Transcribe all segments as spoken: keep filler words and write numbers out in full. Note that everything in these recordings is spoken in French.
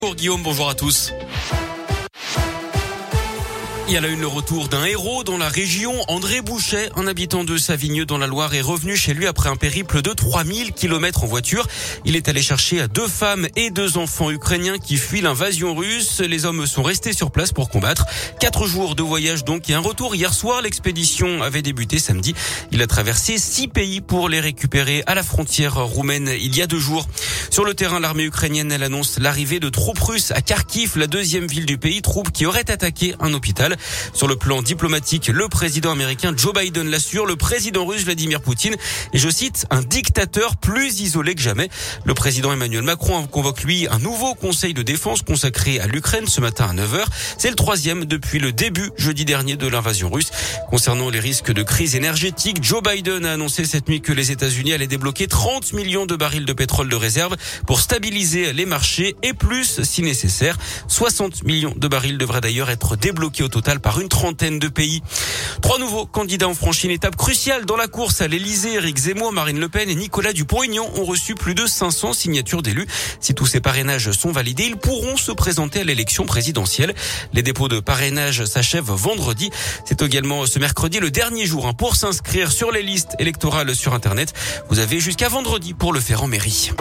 Bonjour Guillaume, bonjour à tous. Il y a là une le retour d'un héros dans la région. André Bouchet, un habitant de Savigneux dans la Loire, est revenu chez lui après un périple de trois mille kilomètres en voiture. Il est allé chercher deux femmes et deux enfants ukrainiens qui fuient l'invasion russe. Les hommes sont restés sur place pour combattre. Quatre jours de voyage donc et un retour hier soir. L'expédition avait débuté samedi. Il a traversé six pays pour les récupérer à la frontière roumaine il y a deux jours. Sur le terrain, l'armée ukrainienne, elle annonce l'arrivée de troupes russes à Kharkiv, la deuxième ville du pays, troupes qui auraient attaqué un hôpital. Sur le plan diplomatique, le président américain Joe Biden l'assure, le président russe Vladimir Poutine est, je cite, un dictateur plus isolé que jamais. Le président Emmanuel Macron convoque lui un nouveau conseil de défense consacré à l'Ukraine ce matin à neuf heures. C'est le troisième depuis le début jeudi dernier de l'invasion russe. Concernant les risques de crise énergétique, Joe Biden a annoncé cette nuit que les États-Unis allaient débloquer trente millions de barils de pétrole de réserve pour stabiliser les marchés et plus si nécessaire. soixante millions de barils devraient d'ailleurs être débloqués au total par une trentaine de pays. Trois nouveaux candidats ont franchi une étape cruciale dans la course à l'Elysée. Éric Zemmour, Marine Le Pen et Nicolas Dupont-Aignan ont reçu plus de cinq cents signatures d'élus. Si tous ces parrainages sont validés, ils pourront se présenter à l'élection présidentielle. Les dépôts de parrainage s'achèvent vendredi. C'est également ce mercredi le dernier jour pour s'inscrire sur les listes électorales sur Internet. Vous avez jusqu'à vendredi pour le faire en mairie.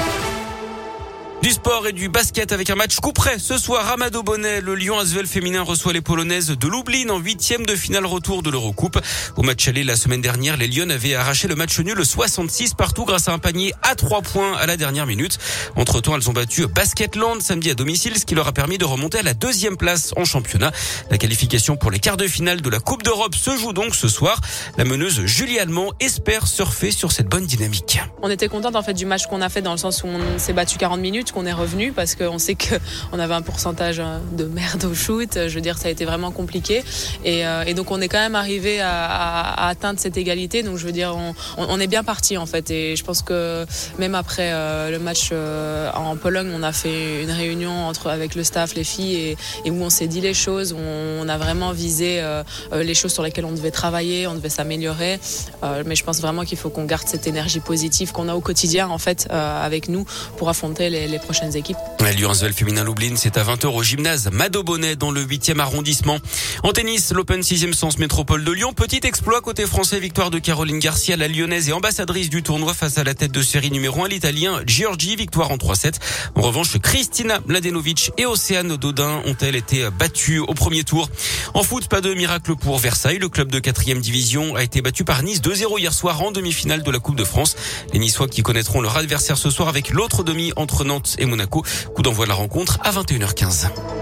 Du sport et du basket avec un match coup près. Ce soir, Amado Bonnet, le Lyon Asvel féminin reçoit les Polonaises de Lublin en huitième de finale retour de l'Eurocoupe. Au match aller la semaine dernière, les Lyonnes avaient arraché le match nul soixante-six partout grâce à un panier à trois points à la dernière minute. Entre-temps, elles ont battu Basketland samedi à domicile, ce qui leur a permis de remonter à la deuxième place en championnat. La qualification pour les quarts de finale de la Coupe d'Europe se joue donc ce soir. La meneuse Julie Allemand espère surfer sur cette bonne dynamique. On était contente en fait du match qu'on a fait dans le sens où on s'est battu quarante minutes, qu'on est revenu parce qu'on sait qu'on avait un pourcentage de merde au shoot. Je veux dire, ça a été vraiment compliqué. Et, euh, et donc, on est quand même arrivé à, à, à atteindre cette égalité. Donc, je veux dire, on, on est bien parti en fait. Et je pense que même après euh, le match euh, en Pologne, on a fait une réunion entre avec le staff, les filles, et, et où on s'est dit les choses. On, on a vraiment visé euh, les choses sur lesquelles on devait travailler, on devait s'améliorer. Euh, mais je pense vraiment qu'il faut qu'on garde cette énergie positive qu'on a au quotidien en fait euh, avec nous pour affronter les, les prochaines équipes. Lyon Asvel féminin Lublin, c'est à vingt heures au gymnase Mado Bonnet dans le huitième arrondissement. En tennis, l'Open sixième Sens Métropole de Lyon. Petit exploit côté français, victoire de Caroline Garcia, la lyonnaise et ambassadrice du tournoi face à la tête de série numéro un, l'italien Giorgi, victoire en trois sept. En revanche, Kristina Mladenovic et Océane Dodin ont-elles été battues au premier tour. En foot, pas de miracle pour Versailles. Le club de quatrième division a été battu par Nice deux zéro hier soir en demi-finale de la Coupe de France. Les Niçois qui connaîtront leur adversaire ce soir avec l'autre demi entre Nantes et Monaco. Coup d'envoi de la rencontre à vingt et une heures quinze.